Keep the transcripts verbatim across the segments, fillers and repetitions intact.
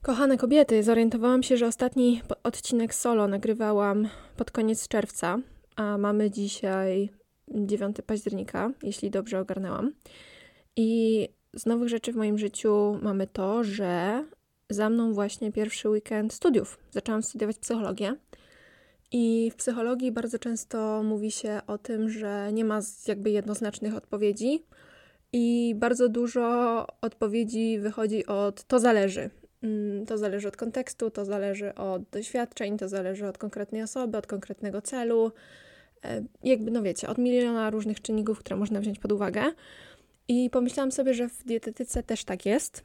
Kochane kobiety, zorientowałam się, że ostatni po- odcinek solo nagrywałam pod koniec czerwca, a mamy dzisiaj dziewiątego października, jeśli dobrze ogarnęłam. I z nowych rzeczy w moim życiu mamy to, że za mną właśnie pierwszy weekend studiów. Zaczęłam studiować psychologię i w psychologii bardzo często mówi się o tym, że nie ma z- jakby jednoznacznych odpowiedzi i bardzo dużo odpowiedzi wychodzi od to zależy. Mm, To zależy od kontekstu, to zależy od doświadczeń, to zależy od konkretnej osoby, od konkretnego celu. E, Jakby, no wiecie, od miliona różnych czynników, które można wziąć pod uwagę. I pomyślałam sobie, że w dietetyce też tak jest.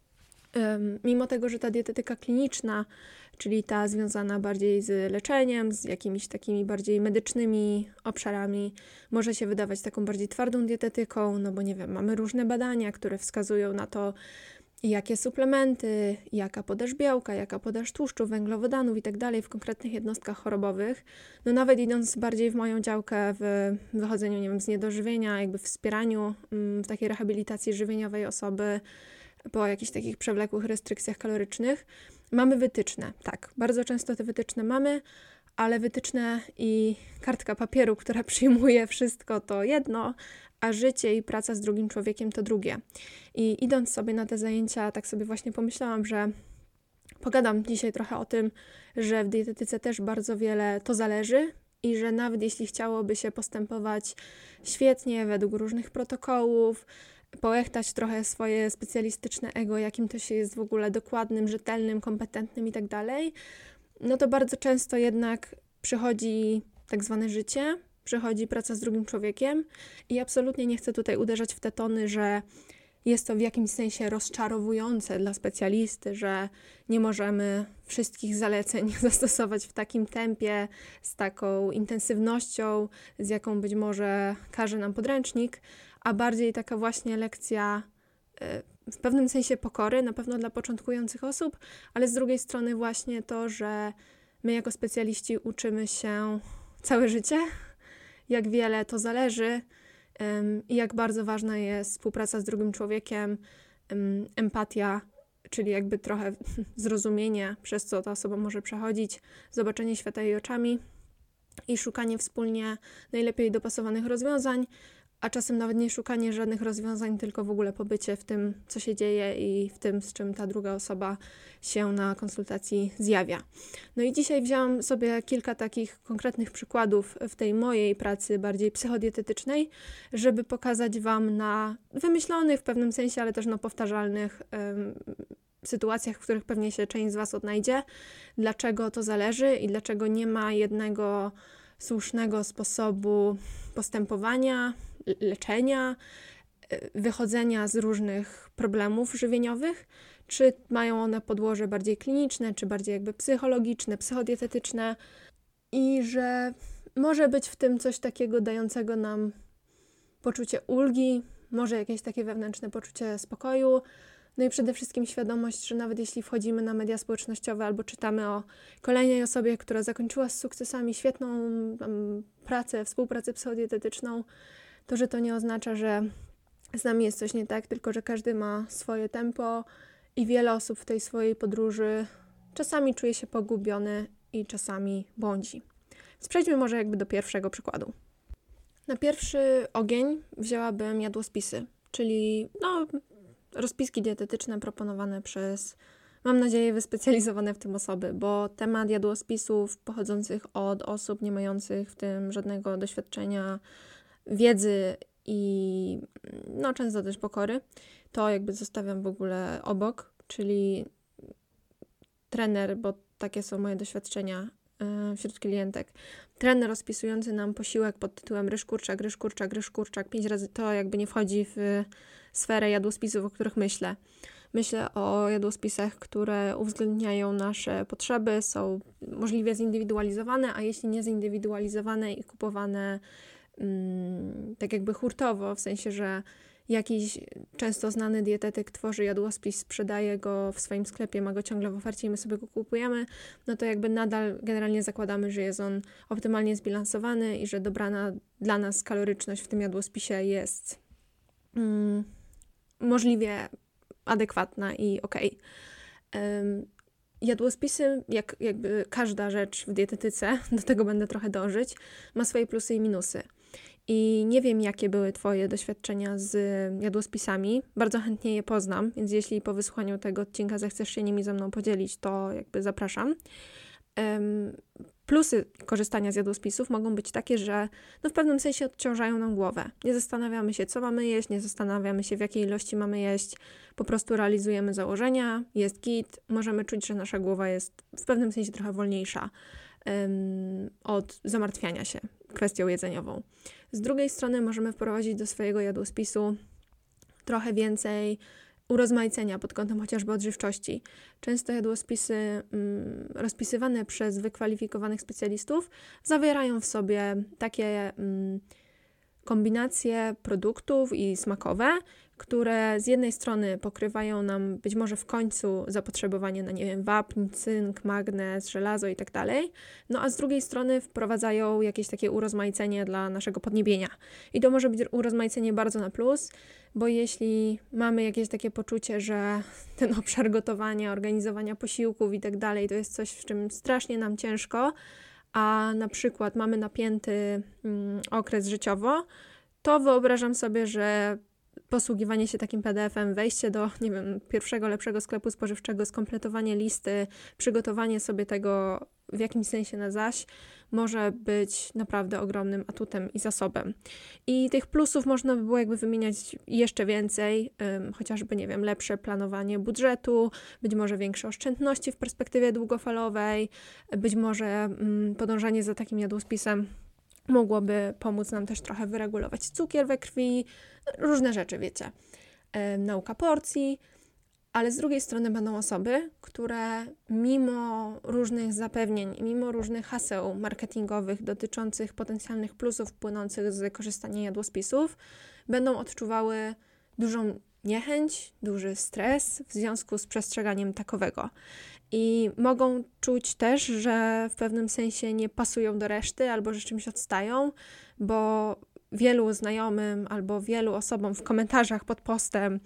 Em, Mimo tego, że ta dietetyka kliniczna, czyli ta związana bardziej z leczeniem, z jakimiś takimi bardziej medycznymi obszarami, może się wydawać taką bardziej twardą dietetyką, no bo nie wiem, mamy różne badania, które wskazują na to, jakie suplementy, jaka podaż białka, jaka podaż tłuszczu, węglowodanów i tak dalej w konkretnych jednostkach chorobowych. No nawet idąc bardziej w moją działkę w wychodzeniu, nie wiem, z niedożywienia, jakby wspieraniu mm, w takiej rehabilitacji żywieniowej osoby po jakichś takich przewlekłych restrykcjach kalorycznych, mamy wytyczne. Tak, bardzo często te wytyczne mamy, ale wytyczne i kartka papieru, która przyjmuje wszystko, to jedno, a życie i praca z drugim człowiekiem to drugie. I idąc sobie na te zajęcia, tak sobie właśnie pomyślałam, że pogadam dzisiaj trochę o tym, że w dietetyce też bardzo wiele to zależy i że nawet jeśli chciałoby się postępować świetnie według różnych protokołów, połechtać trochę swoje specjalistyczne ego, jakim to się jest w ogóle dokładnym, rzetelnym, kompetentnym i tak dalej, no to bardzo często jednak przychodzi tak zwane życie, przychodzi praca z drugim człowiekiem i absolutnie nie chcę tutaj uderzać w te tony, że jest to w jakimś sensie rozczarowujące dla specjalisty, że nie możemy wszystkich zaleceń zastosować w takim tempie, z taką intensywnością, z jaką być może każe nam podręcznik, a bardziej taka właśnie lekcja y, w pewnym sensie pokory, na pewno dla początkujących osób, ale z drugiej strony właśnie to, że my jako specjaliści uczymy się całe życie, jak wiele to zależy ym, i jak bardzo ważna jest współpraca z drugim człowiekiem, ym, empatia, czyli jakby trochę zrozumienie, przez co ta osoba może przechodzić, zobaczenie świata jej oczami i szukanie wspólnie najlepiej dopasowanych rozwiązań, a czasem nawet nie szukanie żadnych rozwiązań, tylko w ogóle pobycie w tym, co się dzieje i w tym, z czym ta druga osoba się na konsultacji zjawia. No i dzisiaj wzięłam sobie kilka takich konkretnych przykładów w tej mojej pracy bardziej psychodietetycznej, żeby pokazać Wam na wymyślonych w pewnym sensie, ale też na powtarzalnych ym, sytuacjach, w których pewnie się część z Was odnajdzie, dlaczego to zależy i dlaczego nie ma jednego słusznego sposobu postępowania, leczenia, wychodzenia z różnych problemów żywieniowych, czy mają one podłoże bardziej kliniczne, czy bardziej jakby psychologiczne, psychodietetyczne i że może być w tym coś takiego dającego nam poczucie ulgi, może jakieś takie wewnętrzne poczucie spokoju, no i przede wszystkim świadomość, że nawet jeśli wchodzimy na media społecznościowe albo czytamy o kolejnej osobie, która zakończyła z sukcesami świetną um, pracę, współpracę psychodietetyczną, to że to nie oznacza, że z nami jest coś nie tak, tylko że każdy ma swoje tempo i wiele osób w tej swojej podróży czasami czuje się pogubiony i czasami błądzi. Więc przejdźmy może jakby do pierwszego przykładu. Na pierwszy ogień wzięłabym jadłospisy, czyli no, rozpiski dietetyczne proponowane przez, mam nadzieję, wyspecjalizowane w tym osoby, bo temat jadłospisów pochodzących od osób nie mających w tym żadnego doświadczenia, wiedzy i no często też pokory, to jakby zostawiam w ogóle obok, czyli trener, bo takie są moje doświadczenia yy, wśród klientek. Trener rozpisujący nam posiłek pod tytułem ryż kurczak, ryż kurczak, ryż kurczak, pięć razy to jakby nie wchodzi w sferę jadłospisów, o których myślę. Myślę o jadłospisach, które uwzględniają nasze potrzeby, są możliwie zindywidualizowane, a jeśli nie zindywidualizowane i kupowane mm, tak jakby hurtowo, w sensie, że jakiś często znany dietetyk tworzy jadłospis, sprzedaje go w swoim sklepie, ma go ciągle w ofercie i my sobie go kupujemy, no to jakby nadal generalnie zakładamy, że jest on optymalnie zbilansowany i że dobrana dla nas kaloryczność w tym jadłospisie jest mm, możliwie adekwatna i okej. Jadłospisy, jak jakby każda rzecz w dietetyce, do tego będę trochę dążyć, ma swoje plusy i minusy. I nie wiem, jakie były Twoje doświadczenia z jadłospisami. Bardzo chętnie je poznam, więc jeśli po wysłuchaniu tego odcinka zechcesz się nimi ze mną podzielić, to jakby zapraszam. Um, plusy korzystania z jadłospisów mogą być takie, że no w pewnym sensie odciążają nam głowę. Nie zastanawiamy się, co mamy jeść, nie zastanawiamy się, w jakiej ilości mamy jeść. Po prostu realizujemy założenia, jest git. Możemy czuć, że nasza głowa jest w pewnym sensie trochę wolniejsza um, od zamartwiania się kwestią jedzeniową. Z drugiej strony możemy wprowadzić do swojego jadłospisu trochę więcej urozmaicenia pod kątem chociażby odżywczości. Często jadłospisy mm, rozpisywane przez wykwalifikowanych specjalistów zawierają w sobie takie mm, kombinacje produktów i smakowe, które z jednej strony pokrywają nam być może w końcu zapotrzebowanie na, nie wiem, wapń, cynk, magnez, żelazo i tak dalej, no a z drugiej strony wprowadzają jakieś takie urozmaicenie dla naszego podniebienia. I to może być urozmaicenie bardzo na plus, bo jeśli mamy jakieś takie poczucie, że ten obszar gotowania, organizowania posiłków i tak dalej, to jest coś, w czym strasznie nam ciężko, a na przykład mamy napięty mm, okres życiowo, to wyobrażam sobie, że posługiwanie się takim P D F-em, wejście do, nie wiem, pierwszego lepszego sklepu spożywczego, skompletowanie listy, przygotowanie sobie tego w jakimś sensie na zaś, może być naprawdę ogromnym atutem i zasobem. I tych plusów można by było jakby wymieniać jeszcze więcej, um, chociażby, nie wiem, lepsze planowanie budżetu, być może większe oszczędności w perspektywie długofalowej, być może um, podążanie za takim jadłospisem mogłoby pomóc nam też trochę wyregulować cukier we krwi, różne rzeczy, wiecie. E, nauka porcji, ale z drugiej strony będą osoby, które mimo różnych zapewnień, mimo różnych haseł marketingowych dotyczących potencjalnych plusów płynących z korzystania jadłospisów, będą odczuwały dużą niechęć, duży stres w związku z przestrzeganiem takowego. I mogą czuć też, że w pewnym sensie nie pasują do reszty albo że czymś odstają, bo wielu znajomym albo wielu osobom w komentarzach pod postem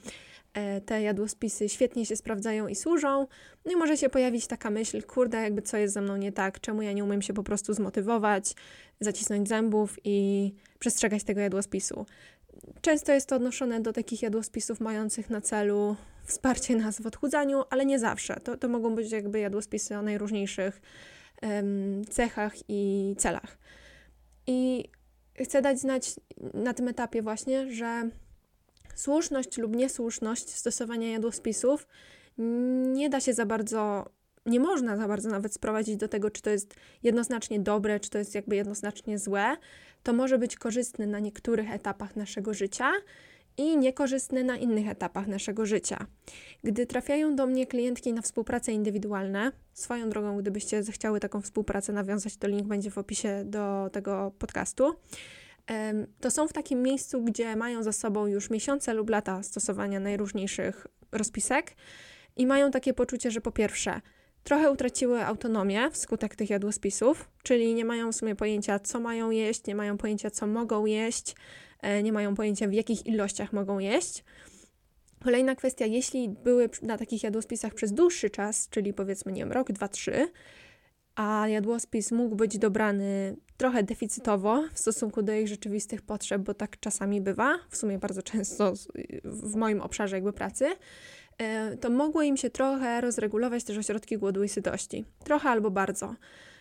te jadłospisy świetnie się sprawdzają i służą. No i może się pojawić taka myśl, kurde, jakby co jest ze mną nie tak, czemu ja nie umiem się po prostu zmotywować, zacisnąć zębów i przestrzegać tego jadłospisu. Często jest to odnoszone do takich jadłospisów mających na celu wsparcie nas w odchudzaniu, ale nie zawsze. To, to mogą być jakby jadłospisy o najróżniejszych um, cechach i celach. I chcę dać znać na tym etapie właśnie, że słuszność lub niesłuszność stosowania jadłospisów nie da się za bardzo, nie można za bardzo nawet sprowadzić do tego, czy to jest jednoznacznie dobre, czy to jest jakby jednoznacznie złe. To może być korzystne na niektórych etapach naszego życia i niekorzystne na innych etapach naszego życia. Gdy trafiają do mnie klientki na współpracę indywidualne, swoją drogą, gdybyście zechciały taką współpracę nawiązać, to link będzie w opisie do tego podcastu, to są w takim miejscu, gdzie mają za sobą już miesiące lub lata stosowania najróżniejszych rozpisek i mają takie poczucie, że po pierwsze trochę utraciły autonomię wskutek tych jadłospisów, czyli nie mają w sumie pojęcia, co mają jeść, nie mają pojęcia, co mogą jeść, nie mają pojęcia, w jakich ilościach mogą jeść. Kolejna kwestia, jeśli były na takich jadłospisach przez dłuższy czas, czyli powiedzmy, nie wiem, rok, dwa, trzy, a jadłospis mógł być dobrany trochę deficytowo w stosunku do ich rzeczywistych potrzeb, bo tak czasami bywa, w sumie bardzo często w moim obszarze jakby pracy, to mogło im się trochę rozregulować też ośrodki głodu i sytości. Trochę albo bardzo.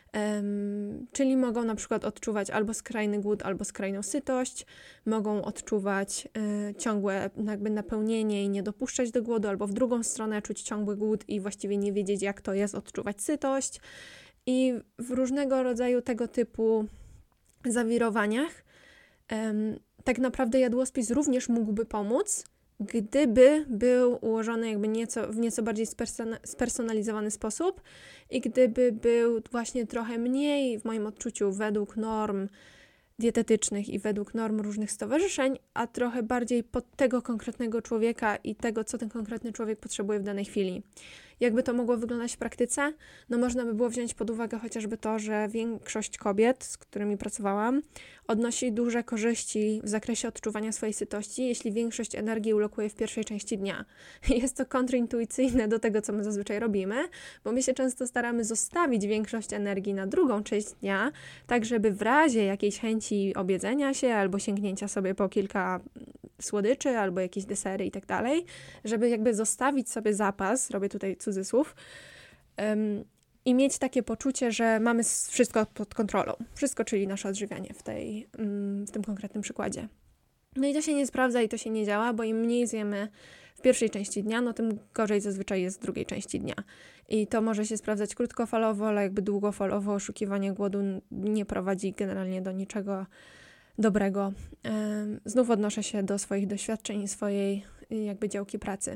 Um, czyli mogą na przykład odczuwać albo skrajny głód, albo skrajną sytość, mogą odczuwać y, ciągłe jakby napełnienie i nie dopuszczać do głodu, albo w drugą stronę czuć ciągły głód i właściwie nie wiedzieć, jak to jest odczuwać sytość. I w różnego rodzaju tego typu zawirowaniach um, tak naprawdę jadłospis również mógłby pomóc, gdyby był ułożony jakby nieco, w nieco bardziej spersona- spersonalizowany sposób i gdyby był właśnie trochę mniej, w moim odczuciu, według norm dietetycznych i według norm różnych stowarzyszeń, a trochę bardziej pod tego konkretnego człowieka i tego, co ten konkretny człowiek potrzebuje w danej chwili. Jakby to mogło wyglądać w praktyce? No można by było wziąć pod uwagę chociażby to, że większość kobiet, z którymi pracowałam, odnosi duże korzyści w zakresie odczuwania swojej sytości, jeśli większość energii ulokuje w pierwszej części dnia. Jest to kontrintuicyjne do tego, co my zazwyczaj robimy, bo my się często staramy zostawić większość energii na drugą część dnia, tak żeby w razie jakiejś chęci objedzenia się albo sięgnięcia sobie po kilka słodyczy albo jakieś desery i tak dalej, żeby jakby zostawić sobie zapas, robię tutaj cudzysłów, um, i mieć takie poczucie, że mamy wszystko pod kontrolą. Wszystko, czyli nasze odżywianie w, tej, w tym konkretnym przykładzie. No i to się nie sprawdza i to się nie działa, bo im mniej zjemy w pierwszej części dnia, no tym gorzej zazwyczaj jest w drugiej części dnia. I to może się sprawdzać krótkofalowo, ale jakby długofalowo oszukiwanie głodu nie prowadzi generalnie do niczego dobrego. Znów odnoszę się do swoich doświadczeń i swojej jakby działki pracy.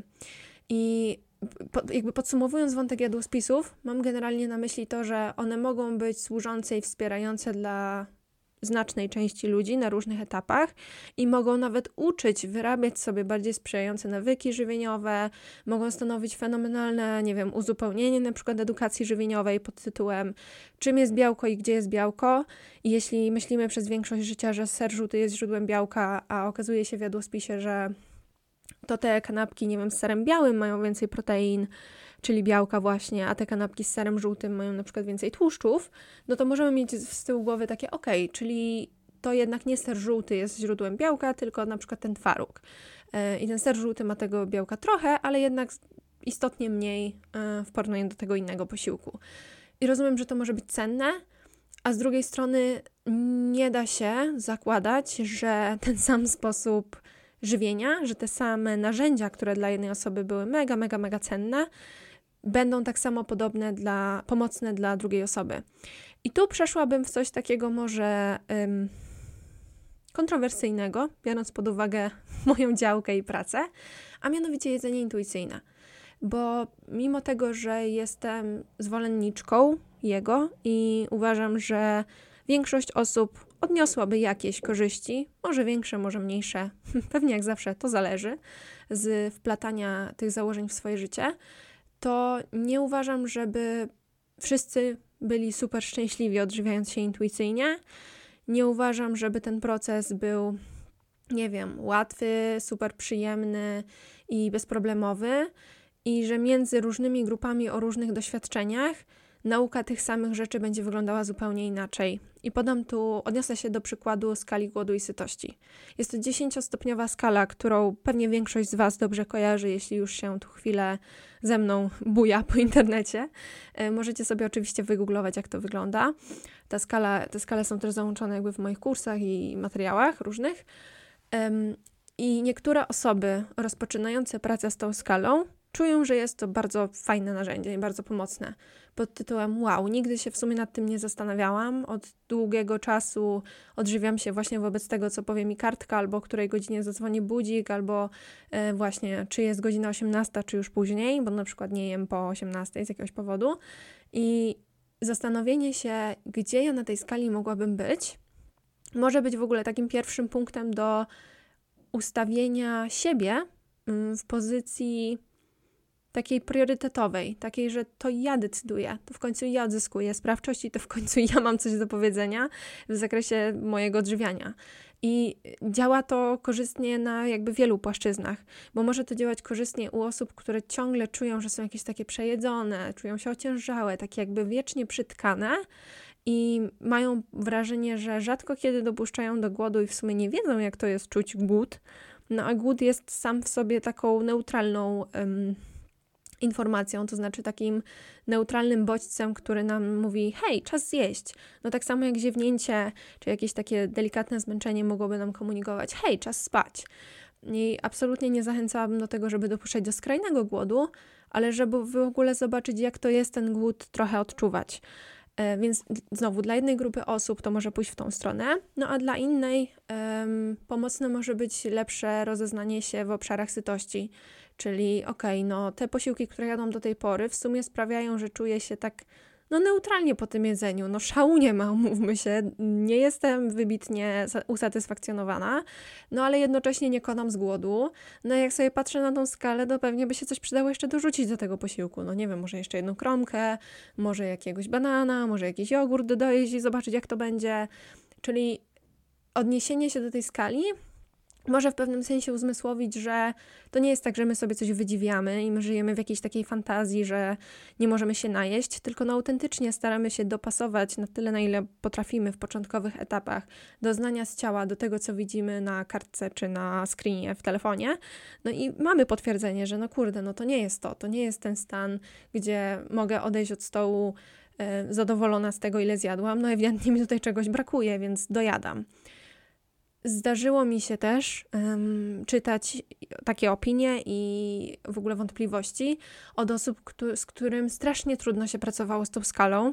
I po, jakby podsumowując wątek jadłospisów, mam generalnie na myśli to, że one mogą być służące i wspierające dla znacznej części ludzi na różnych etapach i mogą nawet uczyć, wyrabiać sobie bardziej sprzyjające nawyki żywieniowe, mogą stanowić fenomenalne, nie wiem, uzupełnienie na przykład edukacji żywieniowej pod tytułem czym jest białko i gdzie jest białko. I jeśli myślimy przez większość życia, że ser żółty jest źródłem białka, a okazuje się w jadłospisie, że to te kanapki, nie wiem, z serem białym mają więcej protein, czyli białka właśnie, a te kanapki z serem żółtym mają na przykład więcej tłuszczów, no to możemy mieć z tyłu głowy takie, okej, okay, czyli to jednak nie ser żółty jest źródłem białka, tylko na przykład ten twaróg. Yy, I ten ser żółty ma tego białka trochę, ale jednak istotnie mniej yy, w porównaniu do tego innego posiłku. I rozumiem, że to może być cenne, a z drugiej strony nie da się zakładać, że ten sam sposób żywienia, że te same narzędzia, które dla jednej osoby były mega, mega, mega cenne, będą tak samo podobne dla, pomocne dla drugiej osoby. I tu przeszłabym w coś takiego może ym, kontrowersyjnego, biorąc pod uwagę moją działkę i pracę, a mianowicie jedzenie intuicyjne. Bo mimo tego, że jestem zwolenniczką jego i uważam, że większość osób odniosłaby jakieś korzyści, może większe, może mniejsze, pewnie jak zawsze to zależy, z wplatania tych założeń w swoje życie, to nie uważam, żeby wszyscy byli super szczęśliwi odżywiając się intuicyjnie. Nie uważam, żeby ten proces był, nie wiem, łatwy, super przyjemny i bezproblemowy i że między różnymi grupami o różnych doświadczeniach nauka tych samych rzeczy będzie wyglądała zupełnie inaczej. I podam tu, odniosę się do przykładu skali głodu i sytości. Jest to dziesięciostopniowa skala, którą pewnie większość z Was dobrze kojarzy, jeśli już się tu chwilę ze mną buja po internecie. Możecie sobie oczywiście wygooglować, jak to wygląda. Ta skala, te skale są też załączone jakby w moich kursach i materiałach różnych. I niektóre osoby rozpoczynające pracę z tą skalą czują, że jest to bardzo fajne narzędzie i bardzo pomocne. Pod tytułem wow, nigdy się w sumie nad tym nie zastanawiałam. Od długiego czasu odżywiam się właśnie wobec tego, co powie mi kartka, albo o której godzinie zadzwoni budzik, albo e, właśnie czy jest godzina osiemnasta, czy już później, bo na przykład nie jem po osiemnastej z jakiegoś powodu. I zastanowienie się, gdzie ja na tej skali mogłabym być, może być w ogóle takim pierwszym punktem do ustawienia siebie w pozycji takiej priorytetowej, takiej, że to ja decyduję, to w końcu ja odzyskuję sprawczość i to w końcu ja mam coś do powiedzenia w zakresie mojego odżywiania. I działa to korzystnie na jakby wielu płaszczyznach, bo może to działać korzystnie u osób, które ciągle czują, że są jakieś takie przejedzone, czują się ociężałe, takie jakby wiecznie przytkane i mają wrażenie, że rzadko kiedy dopuszczają do głodu i w sumie nie wiedzą, jak to jest czuć głód. No a głód jest sam w sobie taką neutralną um, informacją, to znaczy takim neutralnym bodźcem, który nam mówi hej, czas zjeść. No tak samo jak ziewnięcie, czy jakieś takie delikatne zmęczenie mogłoby nam komunikować hej, czas spać. I absolutnie nie zachęcałabym do tego, żeby dopuszczać do skrajnego głodu, ale żeby w ogóle zobaczyć, jak to jest ten głód trochę odczuwać. Więc znowu, dla jednej grupy osób to może pójść w tą stronę, no a dla innej um, pomocne może być lepsze rozeznanie się w obszarach sytości, czyli okej, okay, no te posiłki, które jadą do tej pory w sumie sprawiają, że czuję się tak no neutralnie po tym jedzeniu. No szału nie ma, umówmy się. Nie jestem wybitnie usatysfakcjonowana, no ale jednocześnie nie konam z głodu. No jak sobie patrzę na tą skalę, to pewnie by się coś przydało jeszcze dorzucić do tego posiłku. No nie wiem, może jeszcze jedną kromkę, może jakiegoś banana, może jakiś jogurt dojeść i zobaczyć, jak to będzie. Czyli odniesienie się do tej skali może w pewnym sensie uzmysłowić, że to nie jest tak, że my sobie coś wydziwiamy i my żyjemy w jakiejś takiej fantazji, że nie możemy się najeść, tylko no autentycznie staramy się dopasować na tyle, na ile potrafimy w początkowych etapach doznania z ciała do tego, co widzimy na kartce czy na screenie w telefonie. No i mamy potwierdzenie, że no kurde, no to nie jest to, to nie jest ten stan, gdzie mogę odejść od stołu e, zadowolona z tego, ile zjadłam. No ewidentnie mi tutaj czegoś brakuje, więc dojadam. Zdarzyło mi się też um, czytać takie opinie i w ogóle wątpliwości od osób, któ- z którym strasznie trudno się pracowało z tą skalą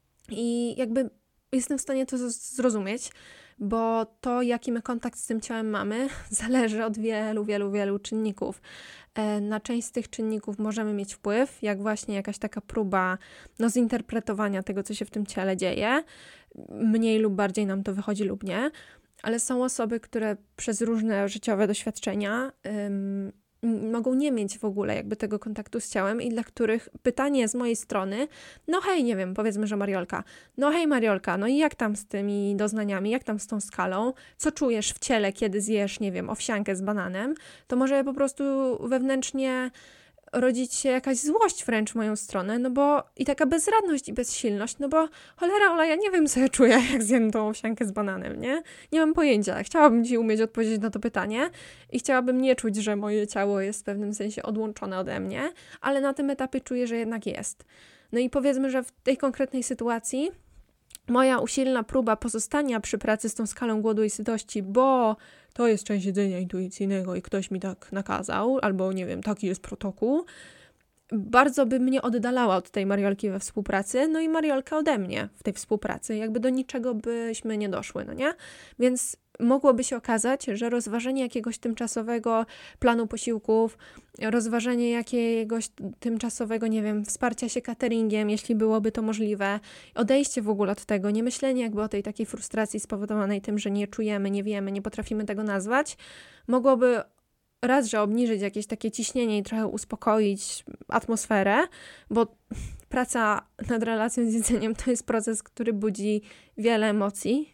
i jakby jestem w stanie to z- zrozumieć, bo to, jaki my kontakt z tym ciałem mamy, zależy od wielu, wielu, wielu czynników. E, na część z tych czynników możemy mieć wpływ, jak właśnie jakaś taka próba no, zinterpretowania tego, co się w tym ciele dzieje. Mniej lub bardziej nam to wychodzi lub nie. Ale są osoby, które przez różne życiowe doświadczenia ym, mogą nie mieć w ogóle jakby tego kontaktu z ciałem i dla których pytanie z mojej strony, no hej, nie wiem, powiedzmy, że Mariolka, no hej Mariolka, no i jak tam z tymi doznaniami, jak tam z tą skalą, co czujesz w ciele, kiedy zjesz, nie wiem, owsiankę z bananem, to może po prostu wewnętrznie rodzić się jakaś złość wręcz w moją stronę, no bo i taka bezradność i bezsilność, no bo cholera Ola, ja nie wiem, co ja czuję, jak zjem tą owsiankę z bananem, nie? Nie mam pojęcia. Chciałabym Ci umieć odpowiedzieć na to pytanie i chciałabym nie czuć, że moje ciało jest w pewnym sensie odłączone ode mnie, ale na tym etapie czuję, że jednak jest. No i powiedzmy, że w tej konkretnej sytuacji moja usilna próba pozostania przy pracy z tą skalą głodu i sytości, bo to jest część jedzenia intuicyjnego i ktoś mi tak nakazał, albo nie wiem, taki jest protokół, bardzo by mnie oddalała od tej Mariolki we współpracy, no i Mariolka ode mnie w tej współpracy. Jakby do niczego byśmy nie doszły, no nie? Więc mogłoby się okazać, że rozważenie jakiegoś tymczasowego planu posiłków, rozważenie jakiegoś tymczasowego, nie wiem, wsparcia się cateringiem, jeśli byłoby to możliwe, odejście w ogóle od tego, nie myślenie jakby o tej takiej frustracji spowodowanej tym, że nie czujemy, nie wiemy, nie potrafimy tego nazwać, mogłoby raz, że obniżyć jakieś takie ciśnienie i trochę uspokoić atmosferę, bo praca nad relacją z jedzeniem to jest proces, który budzi wiele emocji.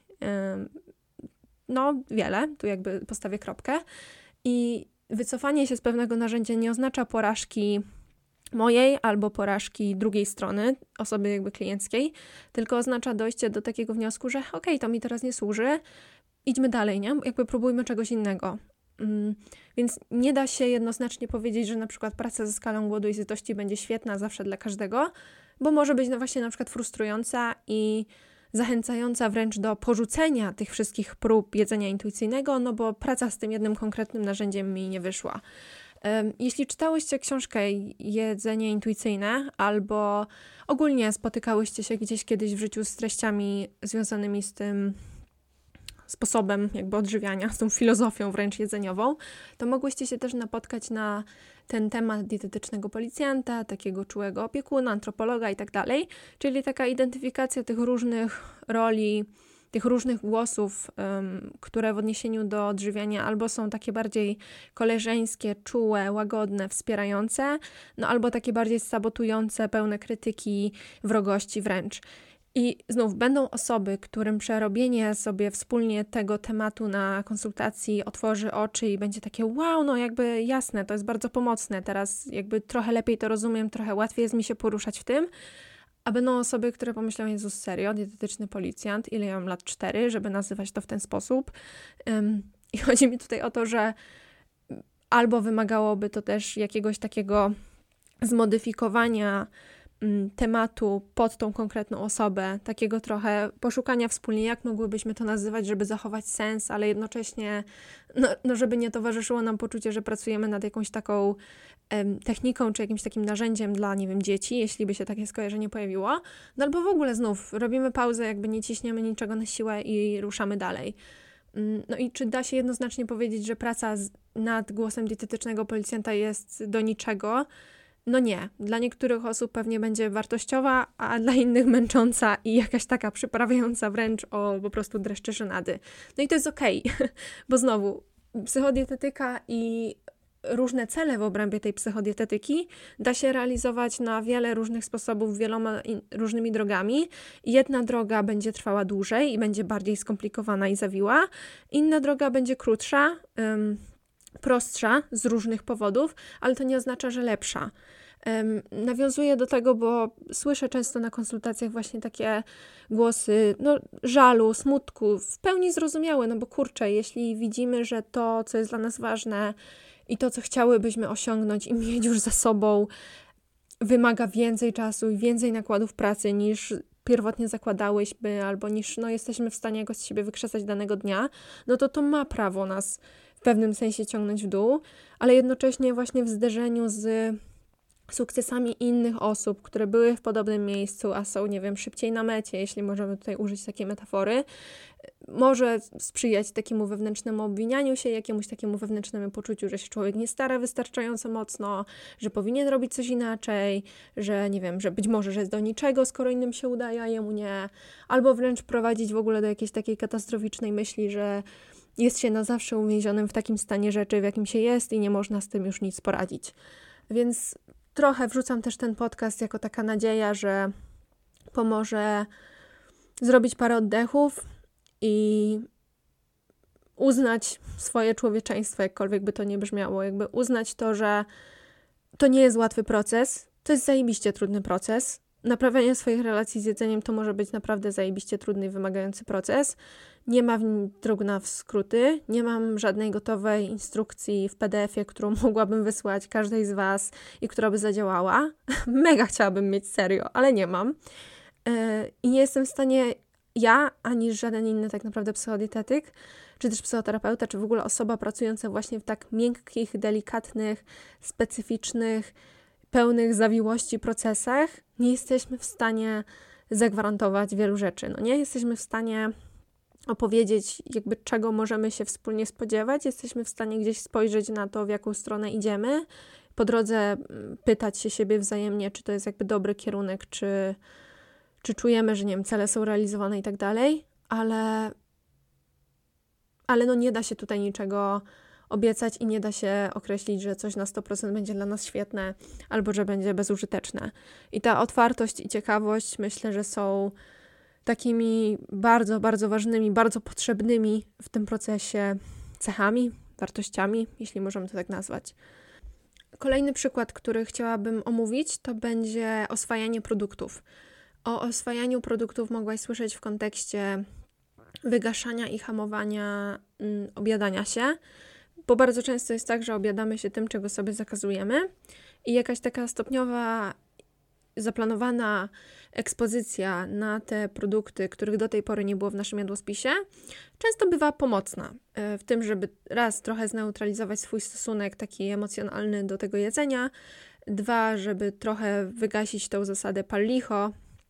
No, wiele, tu jakby postawię kropkę. I wycofanie się z pewnego narzędzia nie oznacza porażki mojej albo porażki drugiej strony, osoby jakby klienckiej, tylko oznacza dojście do takiego wniosku, że okej, okay, to mi teraz nie służy, idźmy dalej, nie? Jakby próbujmy czegoś innego. Mm, więc nie da się jednoznacznie powiedzieć, że na przykład praca ze skalą głodu i sytości będzie świetna zawsze dla każdego, bo może być no właśnie na przykład frustrująca i zachęcająca wręcz do porzucenia tych wszystkich prób jedzenia intuicyjnego, no bo praca z tym jednym konkretnym narzędziem mi nie wyszła. Jeśli czytałyście książkę Jedzenie intuicyjne albo ogólnie spotykałyście się gdzieś kiedyś w życiu z treściami związanymi z tym sposobem jakby odżywiania, z tą filozofią wręcz jedzeniową, to mogłyście się też napotkać na ten temat dietetycznego policjanta, takiego czułego opiekuna, antropologa i tak dalej, czyli taka identyfikacja tych różnych roli, tych różnych głosów, um, które w odniesieniu do odżywiania albo są takie bardziej koleżeńskie, czułe, łagodne, wspierające, no albo takie bardziej sabotujące, pełne krytyki, wrogości wręcz. I znów będą osoby, którym przerobienie sobie wspólnie tego tematu na konsultacji otworzy oczy i będzie takie wow, no jakby jasne, to jest bardzo pomocne, teraz jakby trochę lepiej to rozumiem, trochę łatwiej jest mi się poruszać w tym, a będą osoby, które pomyślą, Jezus, serio, dietetyczny policjant, ile ja mam lat? Cztery, żeby nazywać to w ten sposób. Um, I chodzi mi tutaj o to, że albo wymagałoby to też jakiegoś takiego zmodyfikowania tematu pod tą konkretną osobę, takiego trochę poszukania wspólnie, jak mogłybyśmy to nazywać, żeby zachować sens, ale jednocześnie, no, no żeby nie towarzyszyło nam poczucie, że pracujemy nad jakąś taką em, techniką, czy jakimś takim narzędziem dla, nie wiem, dzieci, jeśli by się takie skojarzenie pojawiło, no albo w ogóle znów robimy pauzę, jakby nie ciśniemy niczego na siłę i ruszamy dalej. No i czy da się jednoznacznie powiedzieć, że praca z, nad głosem dietetycznego policjanta jest do niczego? no nie. Dla niektórych osób pewnie będzie wartościowa, a dla innych męcząca i jakaś taka przyprawiająca wręcz o po prostu dreszcze żenady. No i to jest okej, bo znowu psychodietetyka i różne cele w obrębie tej psychodietetyki da się realizować na wiele różnych sposobów, wieloma in, różnymi drogami. Jedna droga będzie trwała dłużej i będzie bardziej skomplikowana i zawiła. Inna droga będzie krótsza, ym, prostsza z różnych powodów, ale to nie oznacza, że lepsza. Um, nawiązuję do tego, bo słyszę często na konsultacjach właśnie takie głosy no, żalu, smutku, w pełni zrozumiałe, no bo kurczę, jeśli widzimy, że to, co jest dla nas ważne i to, co chciałybyśmy osiągnąć i mieć już za sobą, wymaga więcej czasu i więcej nakładów pracy niż pierwotnie zakładałyśmy, albo niż no, jesteśmy w stanie jakoś z siebie wykrzesać danego dnia, no to to ma prawo nas w pewnym sensie ciągnąć w dół, ale jednocześnie właśnie w zderzeniu z sukcesami innych osób, które były w podobnym miejscu, a są, nie wiem, szybciej na mecie, jeśli możemy tutaj użyć takiej metafory, może sprzyjać takiemu wewnętrznemu obwinianiu się, jakiemuś takiemu wewnętrznemu poczuciu, że się człowiek nie stara wystarczająco mocno, że powinien robić coś inaczej, że nie wiem, że być może, że jest do niczego, skoro innym się udaje, a jemu nie, albo wręcz prowadzić w ogóle do jakiejś takiej katastroficznej myśli, że jest się na zawsze uwięzionym w takim stanie rzeczy, w jakim się jest i nie można z tym już nic poradzić. Więc trochę wrzucam też ten podcast jako taka nadzieja, że pomoże zrobić parę oddechów i uznać swoje człowieczeństwo, jakkolwiek by to nie brzmiało, jakby uznać to, że to nie jest łatwy proces, to jest zajebiście trudny proces. Naprawianie swoich relacji z jedzeniem to może być naprawdę zajebiście trudny i wymagający proces. Nie ma w nim dróg na skróty, nie mam żadnej gotowej instrukcji w P D F ie, którą mogłabym wysłać każdej z Was i która by zadziałała. Mega chciałabym mieć, serio, ale nie mam. Yy, I nie jestem w stanie ja, ani żaden inny tak naprawdę psychodietetyk, czy też psychoterapeuta, czy w ogóle osoba pracująca właśnie w tak miękkich, delikatnych, specyficznych, pełnych zawiłości procesach, nie jesteśmy w stanie zagwarantować wielu rzeczy. No nie jesteśmy w stanie opowiedzieć, jakby czego możemy się wspólnie spodziewać. Jesteśmy w stanie gdzieś spojrzeć na to, w jaką stronę idziemy. Po drodze pytać się siebie wzajemnie, czy to jest jakby dobry kierunek, czy, czy czujemy, że nie wiem, cele są realizowane i tak dalej, ale, ale no nie da się tutaj niczego obiecać i nie da się określić, że coś na sto procent będzie dla nas świetne albo że będzie bezużyteczne. I ta otwartość i ciekawość myślę, że są takimi bardzo, bardzo ważnymi, bardzo potrzebnymi w tym procesie cechami, wartościami, jeśli możemy to tak nazwać. Kolejny przykład, który chciałabym omówić, to będzie oswajanie produktów. O oswajaniu produktów mogłaś słyszeć w kontekście wygaszania i hamowania mm, objadania się, bo bardzo często jest tak, że objadamy się tym, czego sobie zakazujemy i jakaś taka stopniowa, zaplanowana ekspozycja na te produkty, których do tej pory nie było w naszym jadłospisie, często bywa pomocna w tym, żeby raz trochę zneutralizować swój stosunek taki emocjonalny do tego jedzenia, dwa, żeby trochę wygasić tą zasadę pal licho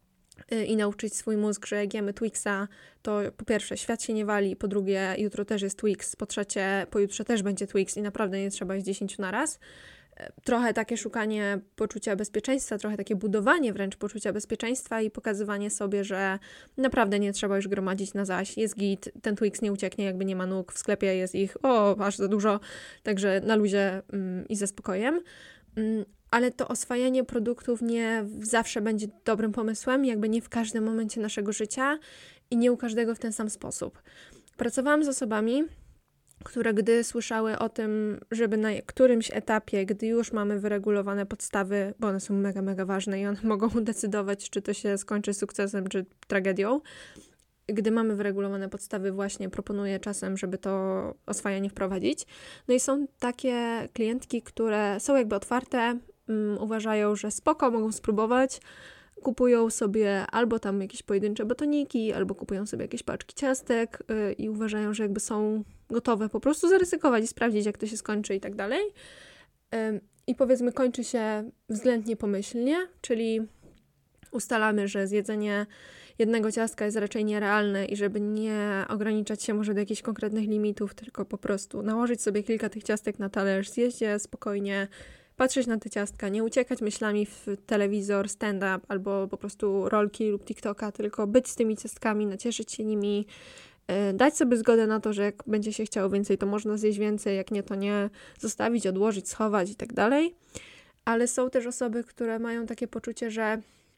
i nauczyć swój mózg, że jak jemy Twixa, to po pierwsze świat się nie wali, po drugie jutro też jest Twix, po trzecie pojutrze też będzie Twix i naprawdę nie trzeba jeść dziesięciu na raz. Trochę takie szukanie poczucia bezpieczeństwa, trochę takie budowanie wręcz poczucia bezpieczeństwa i pokazywanie sobie, że naprawdę nie trzeba już gromadzić na zaś, jest git, ten Twix nie ucieknie, jakby nie ma nóg, w sklepie jest ich, o, aż za dużo, także na luzie mm, i ze spokojem. Mm, ale to oswajanie produktów nie zawsze będzie dobrym pomysłem, jakby nie w każdym momencie naszego życia i nie u każdego w ten sam sposób. Pracowałam z osobami, które gdy słyszały o tym, żeby na którymś etapie, gdy już mamy wyregulowane podstawy, bo one są mega, mega ważne i one mogą decydować, czy to się skończy sukcesem, czy tragedią, gdy mamy wyregulowane podstawy, właśnie proponuję czasem, żeby to oswajanie wprowadzić. No i są takie klientki, które są jakby otwarte, um, uważają, że spoko, mogą spróbować, kupują sobie albo tam jakieś pojedyncze batoniki, albo kupują sobie jakieś paczki ciastek yy, i uważają, że jakby są gotowe po prostu zaryzykować i sprawdzić, jak to się skończy i tak dalej. Yy, I powiedzmy kończy się względnie pomyślnie, czyli ustalamy, że zjedzenie jednego ciastka jest raczej nierealne i żeby nie ograniczać się może do jakichś konkretnych limitów, tylko po prostu nałożyć sobie kilka tych ciastek na talerz, zjeść je spokojnie, patrzeć na te ciastka, nie uciekać myślami w telewizor, stand-up albo po prostu rolki lub TikToka, tylko być z tymi ciastkami, nacieszyć się nimi, dać sobie zgodę na to, że jak będzie się chciało więcej, to można zjeść więcej, jak nie, to nie, zostawić, odłożyć, schować i tak dalej. Ale są też osoby, które mają takie poczucie, że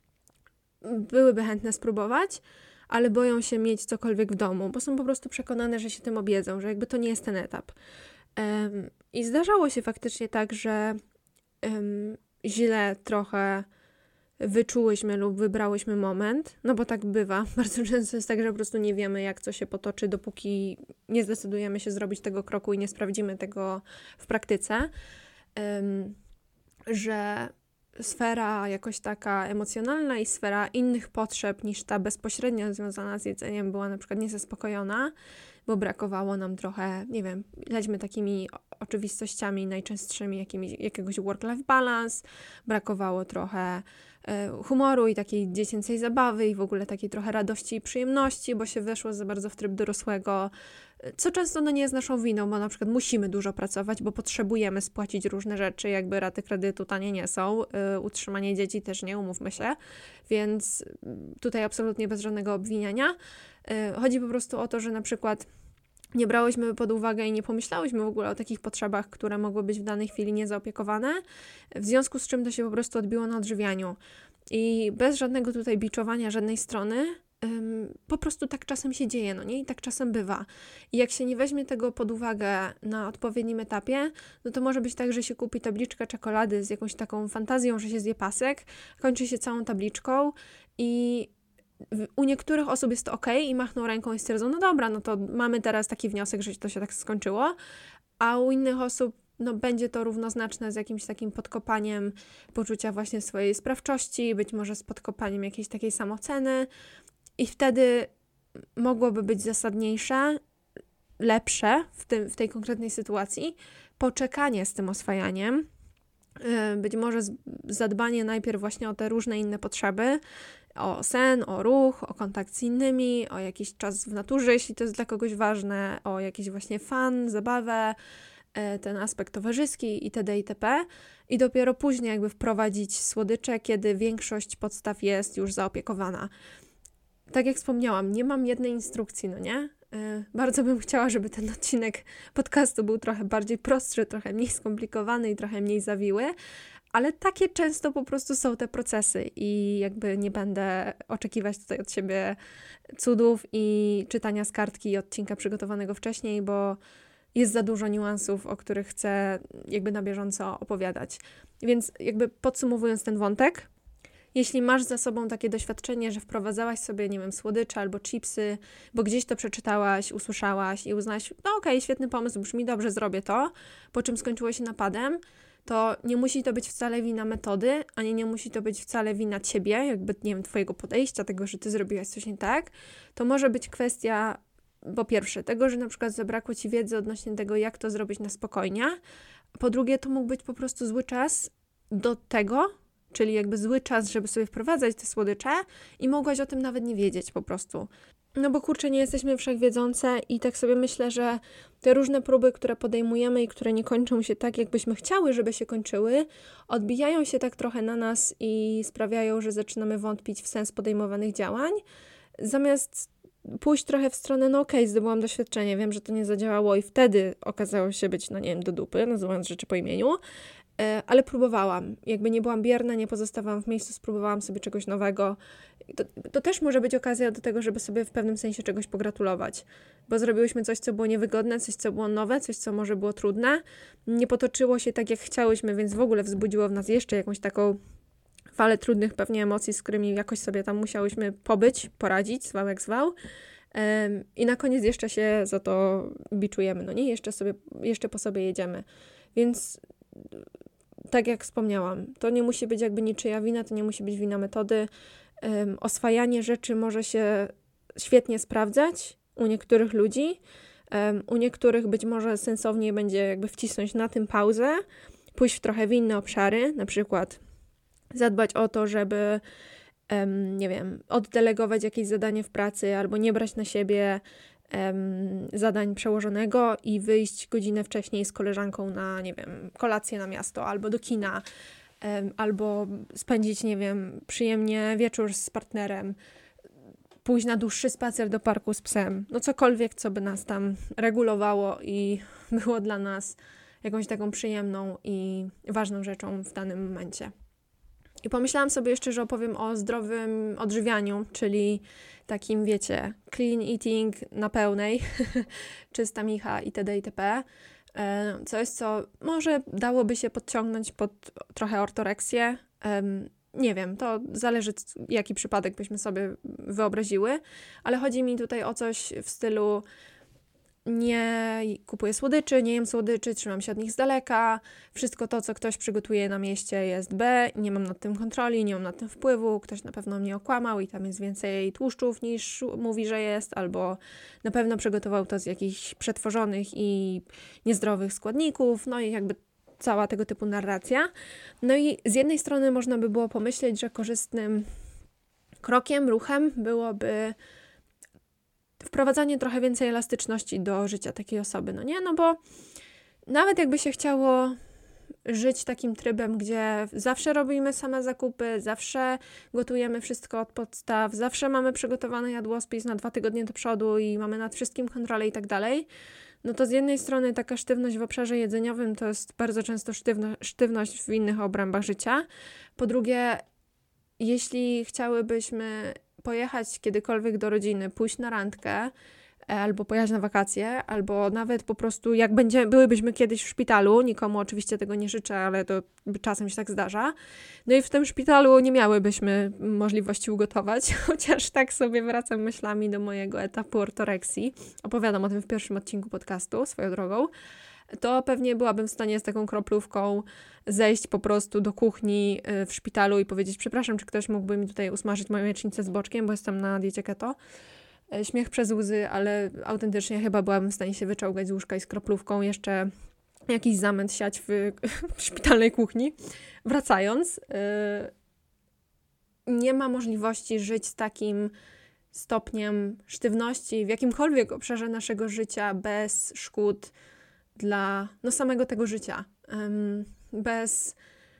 byłyby chętne spróbować, ale boją się mieć cokolwiek w domu, bo są po prostu przekonane, że się tym objedzą, że jakby to nie jest ten etap. Um, I zdarzało się faktycznie tak, że um, źle trochę wyczułyśmy lub wybrałyśmy moment, no bo tak bywa. Bardzo często jest tak, że po prostu nie wiemy, jak co się potoczy, dopóki nie zdecydujemy się zrobić tego kroku i nie sprawdzimy tego w praktyce, um, że sfera jakoś taka emocjonalna i sfera innych potrzeb niż ta bezpośrednio związana z jedzeniem była na przykład niezaspokojona, bo brakowało nam trochę, nie wiem, lećmy takimi oczywistościami najczęstszymi, jakimi, jakiegoś work-life balance, brakowało trochę e, humoru i takiej dziecięcej zabawy i w ogóle takiej trochę radości i przyjemności, bo się weszło za bardzo w tryb dorosłego, co często no nie jest naszą winą, bo na przykład musimy dużo pracować, bo potrzebujemy spłacić różne rzeczy, jakby raty kredytu tanie nie są, y, utrzymanie dzieci też nie, umówmy się, więc tutaj absolutnie bez żadnego obwiniania. Y, chodzi po prostu o to, że na przykład nie brałyśmy pod uwagę i nie pomyślałyśmy w ogóle o takich potrzebach, które mogły być w danej chwili niezaopiekowane, w związku z czym to się po prostu odbiło na odżywianiu. I bez żadnego tutaj biczowania żadnej strony, Um, po prostu tak czasem się dzieje, no nie? I tak czasem bywa. I jak się nie weźmie tego pod uwagę na odpowiednim etapie, no to może być tak, że się kupi tabliczkę czekolady z jakąś taką fantazją, że się zje pasek, kończy się całą tabliczką i w, u niektórych osób jest to okej i machną ręką i stwierdzą, no dobra, no to mamy teraz taki wniosek, że to się tak skończyło, a u innych osób no będzie to równoznaczne z jakimś takim podkopaniem poczucia właśnie swojej sprawczości, być może z podkopaniem jakiejś takiej samooceny. I wtedy mogłoby być zasadniejsze, lepsze w, tym, w tej konkretnej sytuacji poczekanie z tym oswajaniem, być może zadbanie najpierw właśnie o te różne inne potrzeby, o sen, o ruch, o kontakt z innymi, o jakiś czas w naturze, jeśli to jest dla kogoś ważne, o jakiś właśnie fan, zabawę, ten aspekt towarzyski itd. itp. I dopiero później jakby wprowadzić słodycze, kiedy większość podstaw jest już zaopiekowana. Tak jak wspomniałam, nie mam jednej instrukcji, no nie? Yy, bardzo bym chciała, żeby ten odcinek podcastu był trochę bardziej prostszy, trochę mniej skomplikowany i trochę mniej zawiły, ale takie często po prostu są te procesy i jakby nie będę oczekiwać tutaj od siebie cudów i czytania z kartki i odcinka przygotowanego wcześniej, bo jest za dużo niuansów, o których chcę jakby na bieżąco opowiadać. Więc jakby podsumowując ten wątek, jeśli masz za sobą takie doświadczenie, że wprowadzałaś sobie, nie wiem, słodycze albo chipsy, bo gdzieś to przeczytałaś, usłyszałaś i uznałaś, no okej, okay, świetny pomysł, brzmi dobrze, zrobię to, po czym skończyło się napadem, to nie musi to być wcale wina metody, ani nie musi to być wcale wina ciebie, jakby, nie wiem, twojego podejścia, tego, że ty zrobiłaś coś nie tak. To może być kwestia, po pierwsze, tego, że na przykład zabrakło ci wiedzy odnośnie tego, jak to zrobić na spokojnie. Po drugie, to mógł być po prostu zły czas do tego, czyli jakby zły czas, żeby sobie wprowadzać te słodycze i mogłaś o tym nawet nie wiedzieć po prostu. No bo kurczę, nie jesteśmy wszechwiedzące i tak sobie myślę, że te różne próby, które podejmujemy i które nie kończą się tak, jakbyśmy chciały, żeby się kończyły, odbijają się tak trochę na nas i sprawiają, że zaczynamy wątpić w sens podejmowanych działań, zamiast pójść trochę w stronę, no okej, okay, zdobyłam doświadczenie, wiem, że to nie zadziałało i wtedy okazało się być, no nie wiem, do dupy, nazywając rzeczy po imieniu, ale próbowałam. Jakby nie byłam bierna, nie pozostawałam w miejscu, spróbowałam sobie czegoś nowego. To, to też może być okazja do tego, żeby sobie w pewnym sensie czegoś pogratulować, bo zrobiłyśmy coś, co było niewygodne, coś, co było nowe, coś, co może było trudne. Nie potoczyło się tak, jak chciałyśmy, więc w ogóle wzbudziło w nas jeszcze jakąś taką falę trudnych pewnie emocji, z którymi jakoś sobie tam musiałyśmy pobyć, poradzić, zwał jak zwał. Um, I na koniec jeszcze się za to biczujemy, no nie? Jeszcze sobie, jeszcze po sobie jedziemy. Więc tak jak wspomniałam, to nie musi być jakby niczyja wina, to nie musi być wina metody. Um, oswajanie rzeczy może się świetnie sprawdzać u niektórych ludzi, um, u niektórych być może sensowniej będzie jakby wcisnąć na tym pauzę, pójść w trochę w inne obszary, na przykład zadbać o to, żeby um, nie wiem, oddelegować jakieś zadanie w pracy albo nie brać na siebie em, zadań przełożonego i wyjść godzinę wcześniej z koleżanką na, nie wiem, kolację na miasto albo do kina, em, albo spędzić, nie wiem, przyjemnie wieczór z partnerem, pójść na dłuższy spacer do parku z psem, no cokolwiek, co by nas tam regulowało i było dla nas jakąś taką przyjemną i ważną rzeczą w danym momencie. I pomyślałam sobie jeszcze, że opowiem o zdrowym odżywianiu, czyli takim, wiecie, clean eating na pełnej, czysta micha itd. itp. Coś, co może dałoby się podciągnąć pod trochę ortoreksję. Nie wiem, to zależy, jaki przypadek byśmy sobie wyobraziły, ale chodzi mi tutaj o coś w stylu nie kupuję słodyczy, nie jem słodyczy, trzymam się od nich z daleka, wszystko to, co ktoś przygotuje na mieście jest B, nie mam nad tym kontroli, nie mam nad tym wpływu, ktoś na pewno mnie okłamał i tam jest więcej tłuszczów niż mówi, że jest, albo na pewno przygotował to z jakichś przetworzonych i niezdrowych składników, no i jakby cała tego typu narracja. No i z jednej strony można by było pomyśleć, że korzystnym krokiem, ruchem byłoby wprowadzanie trochę więcej elastyczności do życia takiej osoby, no nie? No bo nawet jakby się chciało żyć takim trybem, gdzie zawsze robimy same zakupy, zawsze gotujemy wszystko od podstaw, zawsze mamy przygotowany jadłospis na dwa tygodnie do przodu i mamy nad wszystkim kontrolę i tak dalej, no to z jednej strony taka sztywność w obszarze jedzeniowym to jest bardzo często sztywno, sztywność w innych obrębach życia. Po drugie, jeśli chciałybyśmy pojechać kiedykolwiek do rodziny, pójść na randkę, albo pojechać na wakacje, albo nawet po prostu jak będzie, byłybyśmy kiedyś w szpitalu, nikomu oczywiście tego nie życzę, ale to czasem się tak zdarza, no i w tym szpitalu nie miałybyśmy możliwości ugotować, chociaż tak sobie wracam myślami do mojego etapu ortoreksji, opowiadam o tym w pierwszym odcinku podcastu, swoją drogą, to pewnie byłabym w stanie z taką kroplówką zejść po prostu do kuchni w szpitalu i powiedzieć: przepraszam, czy ktoś mógłby mi tutaj usmażyć moją jajecznicę z boczkiem, bo jestem na diecie keto. Śmiech przez łzy, ale autentycznie chyba byłabym w stanie się wyczołgać z łóżka i z kroplówką jeszcze jakiś zamęt siać w, w szpitalnej kuchni. Wracając, yy, nie ma możliwości żyć z takim stopniem sztywności w jakimkolwiek obszarze naszego życia bez szkód dla no, samego tego życia. Ym, bez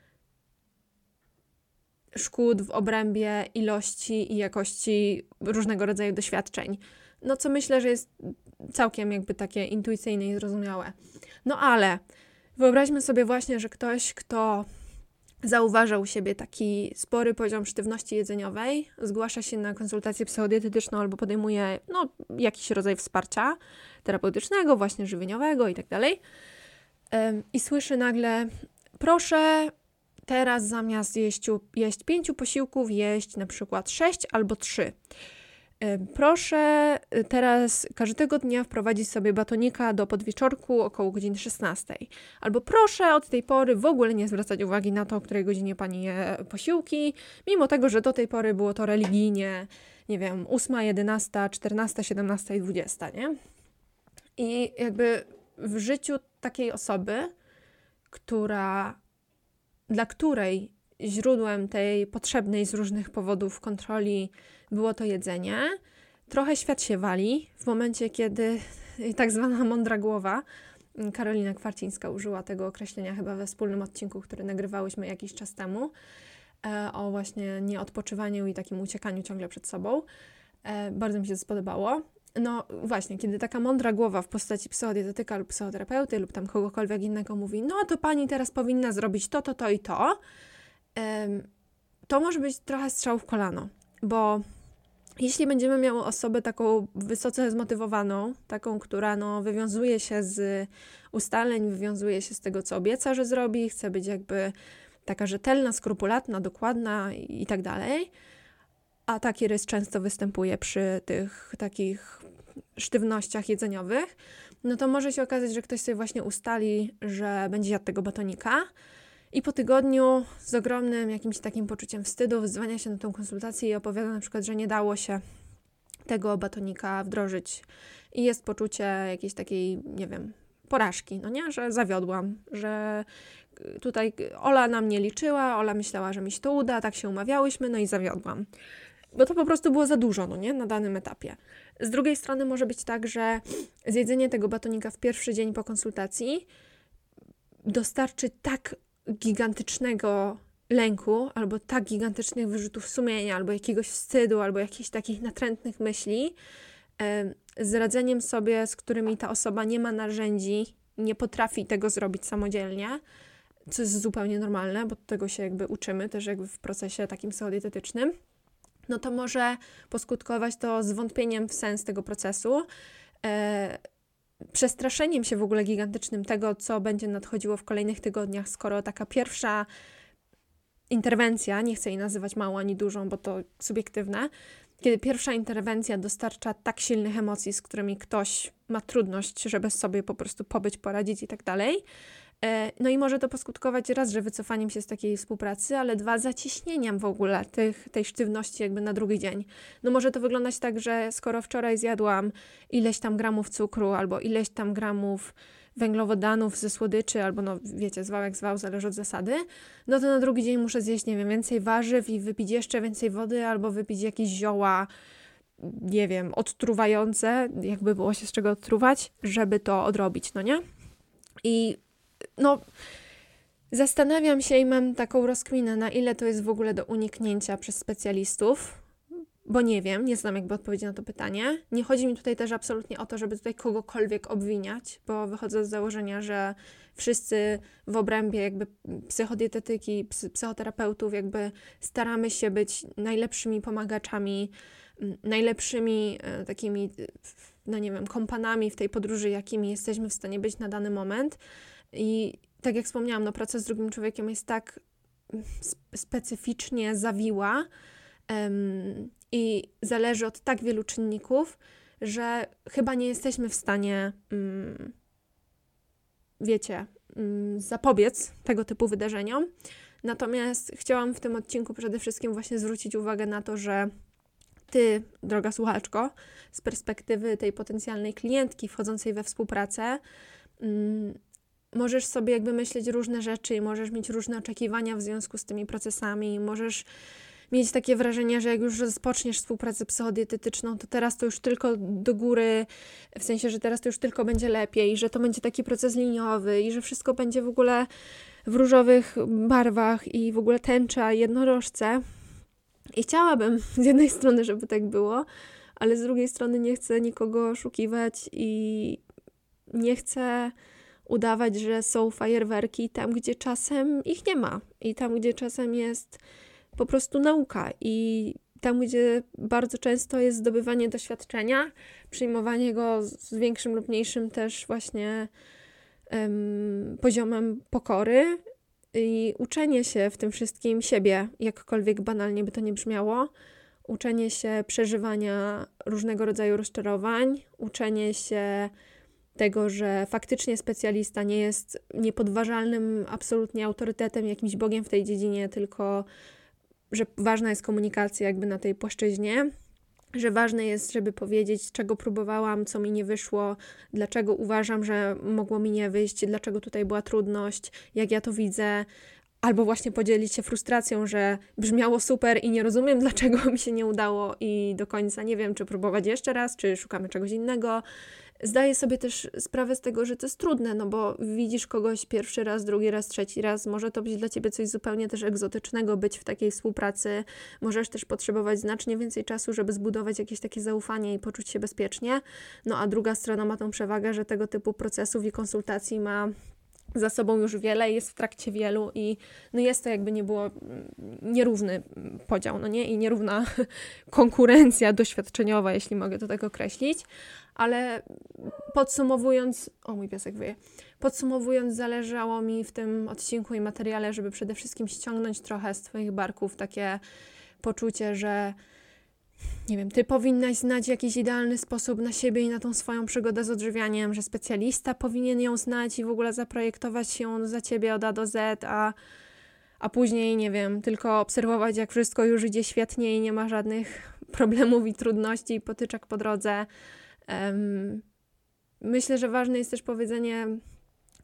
szkód w obrębie ilości i jakości różnego rodzaju doświadczeń. No co myślę, że jest całkiem jakby takie intuicyjne i zrozumiałe. No ale wyobraźmy sobie właśnie, że ktoś, kto zauważa u siebie taki spory poziom sztywności jedzeniowej, zgłasza się na konsultację psychodietetyczną albo podejmuje no, jakiś rodzaj wsparcia terapeutycznego, właśnie żywieniowego i tak dalej. I słyszy nagle: proszę teraz zamiast jeść, jeść pięciu posiłków, jeść na przykład sześć albo trzy. Proszę teraz każdego dnia wprowadzić sobie batonika do podwieczorku około godziny szesnastej. Albo proszę od tej pory w ogóle nie zwracać uwagi na to, o której godzinie pani je posiłki, mimo tego, że do tej pory było to religijnie, nie wiem, ósma, jedenasta, czternasta, siedemnasta i dwudziesta, nie? I jakby w życiu takiej osoby, która, dla której źródłem tej potrzebnej z różnych powodów kontroli było to jedzenie, trochę świat się wali w momencie, kiedy tak zwana mądra głowa, Karolina Kwarcińska użyła tego określenia chyba we wspólnym odcinku, który nagrywałyśmy jakiś czas temu, o właśnie nieodpoczywaniu i takim uciekaniu ciągle przed sobą. Bardzo mi się to spodobało. No właśnie, kiedy taka mądra głowa w postaci psychodietetyka lub psychoterapeuty lub tam kogokolwiek innego mówi: no to pani teraz powinna zrobić to, to, to i to, to może być trochę strzał w kolano, bo jeśli będziemy miały osobę taką wysoce zmotywowaną, taką, która no, wywiązuje się z ustaleń, wywiązuje się z tego, co obieca, że zrobi, chce być jakby taka rzetelna, skrupulatna, dokładna i tak dalej, a taki rys często występuje przy tych takich sztywnościach jedzeniowych, no to może się okazać, że ktoś sobie właśnie ustali, że będzie jadł tego batonika i po tygodniu z ogromnym jakimś takim poczuciem wstydu wzwania się na tą konsultację i opowiada na przykład, że nie dało się tego batonika wdrożyć i jest poczucie jakiejś takiej, nie wiem, porażki, no nie, że zawiodłam, że tutaj Ola na mnie liczyła, Ola myślała, że mi się to uda, tak się umawiałyśmy, no i zawiodłam. bo to po prostu było za dużo, no nie, na danym etapie. Z drugiej strony może być tak, że zjedzenie tego batonika w pierwszy dzień po konsultacji dostarczy tak gigantycznego lęku, albo tak gigantycznych wyrzutów sumienia, albo jakiegoś wstydu, albo jakichś takich natrętnych myśli, z radzeniem sobie, z którymi ta osoba nie ma narzędzi, nie potrafi tego zrobić samodzielnie, co jest zupełnie normalne, bo tego się jakby uczymy też jakby w procesie takim psychodietetycznym, no to może poskutkować to zwątpieniem w sens tego procesu, e, przestraszeniem się w ogóle gigantycznym tego, co będzie nadchodziło w kolejnych tygodniach, skoro taka pierwsza interwencja, nie chcę jej nazywać małą ani dużą, bo to subiektywne, kiedy pierwsza interwencja dostarcza tak silnych emocji, z którymi ktoś ma trudność, żeby sobie po prostu pobyć, poradzić i tak dalej. No i może to poskutkować raz, że wycofaniem się z takiej współpracy, ale dwa, zacieśnieniem w ogóle tych, tej sztywności jakby na drugi dzień. No może to wyglądać tak, że skoro wczoraj zjadłam ileś tam gramów cukru albo ileś tam gramów węglowodanów ze słodyczy, albo no wiecie, zwał jak zwał, zależy od zasady, no to na drugi dzień muszę zjeść, nie wiem, więcej warzyw i wypić jeszcze więcej wody, albo wypić jakieś zioła, nie wiem, odtruwające, jakby było się z czego odtruwać, żeby to odrobić, no nie? I no, zastanawiam się i mam taką rozkminę, na ile to jest w ogóle do uniknięcia przez specjalistów, bo nie wiem, nie znam jakby odpowiedzi na to pytanie. Nie chodzi mi tutaj też absolutnie o to, żeby tutaj kogokolwiek obwiniać, bo wychodzę z założenia, że wszyscy w obrębie jakby psychodietetyki, psy, psychoterapeutów jakby staramy się być najlepszymi pomagaczami, najlepszymi e, takimi, no nie wiem, kompanami w tej podróży, jakimi jesteśmy w stanie być na dany moment. I tak jak wspomniałam, no praca z drugim człowiekiem jest tak specyficznie zawiła um, i zależy od tak wielu czynników, że chyba nie jesteśmy w stanie, um, wiecie, um, zapobiec tego typu wydarzeniom. Natomiast chciałam w tym odcinku przede wszystkim właśnie zwrócić uwagę na to, że ty, droga słuchaczko, z perspektywy tej potencjalnej klientki wchodzącej we współpracę, um, możesz sobie jakby myśleć różne rzeczy i możesz mieć różne oczekiwania w związku z tymi procesami. Możesz mieć takie wrażenie, że jak już rozpoczniesz współpracę psychodietetyczną, to teraz to już tylko do góry, w sensie, że teraz to już tylko będzie lepiej, że to będzie taki proces liniowy i że wszystko będzie w ogóle w różowych barwach i w ogóle tęcza, jednorożce. I chciałabym z jednej strony, żeby tak było, ale z drugiej strony nie chcę nikogo oszukiwać i nie chcę udawać, że są fajerwerki tam, gdzie czasem ich nie ma i tam, gdzie czasem jest po prostu nauka i tam, gdzie bardzo często jest zdobywanie doświadczenia, przyjmowanie go z większym lub mniejszym też właśnie um, poziomem pokory i uczenie się w tym wszystkim siebie, jakkolwiek banalnie by to nie brzmiało, uczenie się przeżywania różnego rodzaju rozczarowań, uczenie się tego, że faktycznie specjalista nie jest niepodważalnym absolutnie autorytetem, jakimś bogiem w tej dziedzinie, tylko że ważna jest komunikacja jakby na tej płaszczyźnie, że ważne jest, żeby powiedzieć, czego próbowałam, co mi nie wyszło, dlaczego uważam, że mogło mi nie wyjść, dlaczego tutaj była trudność, jak ja to widzę, albo właśnie podzielić się frustracją, że brzmiało super i nie rozumiem, dlaczego mi się nie udało i do końca nie wiem, czy próbować jeszcze raz, czy szukamy czegoś innego. Zdaję sobie też sprawę z tego, że to jest trudne, no bo widzisz kogoś pierwszy raz, drugi raz, trzeci raz, może to być dla ciebie coś zupełnie też egzotycznego, być w takiej współpracy, możesz też potrzebować znacznie więcej czasu, żeby zbudować jakieś takie zaufanie i poczuć się bezpiecznie, no a druga strona ma tą przewagę, że tego typu procesów i konsultacji ma za sobą już wiele, jest w trakcie wielu i no jest to jakby nie było nierówny podział, no nie? I nierówna konkurencja doświadczeniowa, jeśli mogę to tak określić, ale podsumowując, o mój piesek wyje, podsumowując, zależało mi w tym odcinku i materiale, żeby przede wszystkim ściągnąć trochę z twoich barków takie poczucie, że nie wiem, ty powinnaś znać jakiś idealny sposób na siebie i na tą swoją przygodę z odżywianiem, że specjalista powinien ją znać i w ogóle zaprojektować ją za ciebie od A do Z, a, a później, nie wiem, tylko obserwować, jak wszystko już idzie świetnie i nie ma żadnych problemów i trudności i potyczek po drodze. Um, myślę, że ważne jest też powiedzenie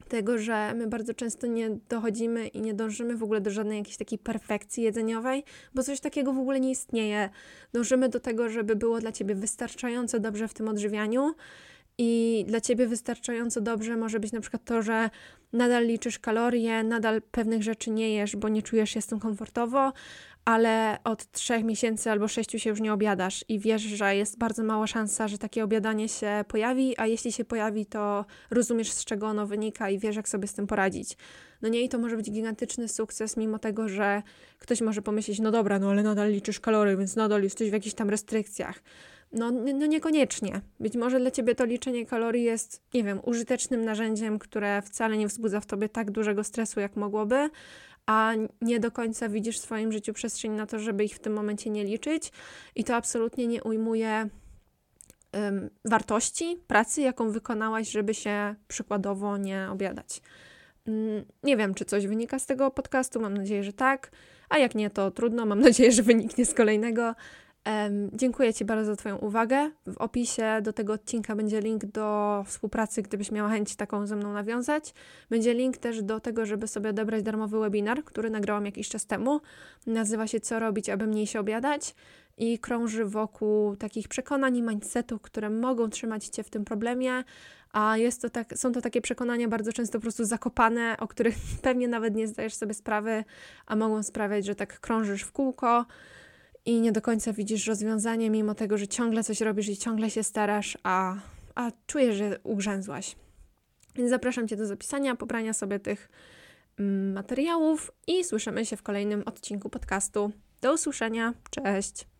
tego, że my bardzo często nie dochodzimy i nie dążymy w ogóle do żadnej jakiejś takiej perfekcji jedzeniowej, bo coś takiego w ogóle nie istnieje. Dążymy do tego, żeby było dla ciebie wystarczająco dobrze w tym odżywianiu i dla ciebie wystarczająco dobrze może być na przykład to, że nadal liczysz kalorie, nadal pewnych rzeczy nie jesz, bo nie czujesz się z tym komfortowo, ale od trzech miesięcy albo sześciu się już nie obiadasz i wiesz, że jest bardzo mała szansa, że takie obiadanie się pojawi, a jeśli się pojawi, to rozumiesz, z czego ono wynika i wiesz, jak sobie z tym poradzić. No nie, i to może być gigantyczny sukces, mimo tego, że ktoś może pomyśleć, no dobra, no ale nadal liczysz kalorie, więc nadal jesteś w jakichś tam restrykcjach. No, no niekoniecznie. Być może dla ciebie to liczenie kalorii jest, nie wiem, użytecznym narzędziem, które wcale nie wzbudza w tobie tak dużego stresu, jak mogłoby, a nie do końca widzisz w swoim życiu przestrzeń na to, żeby ich w tym momencie nie liczyć i to absolutnie nie ujmuje um, wartości pracy, jaką wykonałaś, żeby się przykładowo nie obiadać. Um, nie wiem, czy coś wynika z tego podcastu, mam nadzieję, że tak, a jak nie, to trudno, mam nadzieję, że wyniknie z kolejnego. Um, dziękuję Ci bardzo za Twoją uwagę. W opisie do tego odcinka będzie link do współpracy, gdybyś miała chęć taką ze mną nawiązać. Będzie link też do tego, żeby sobie odebrać darmowy webinar, który nagrałam jakiś czas temu. Nazywa się Co robić, aby mniej się obiadać i krąży wokół takich przekonań i mindsetów, które mogą trzymać Cię w tym problemie, a jest to tak, są to takie przekonania bardzo często po prostu zakopane, o których pewnie nawet nie zdajesz sobie sprawy, a mogą sprawiać, że tak krążysz w kółko i nie do końca widzisz rozwiązanie, mimo tego, że ciągle coś robisz i ciągle się starasz, a, a czujesz, że ugrzęzłaś. Więc zapraszam Cię do zapisania, pobrania sobie tych mm, materiałów i słyszymy się w kolejnym odcinku podcastu. Do usłyszenia, cześć!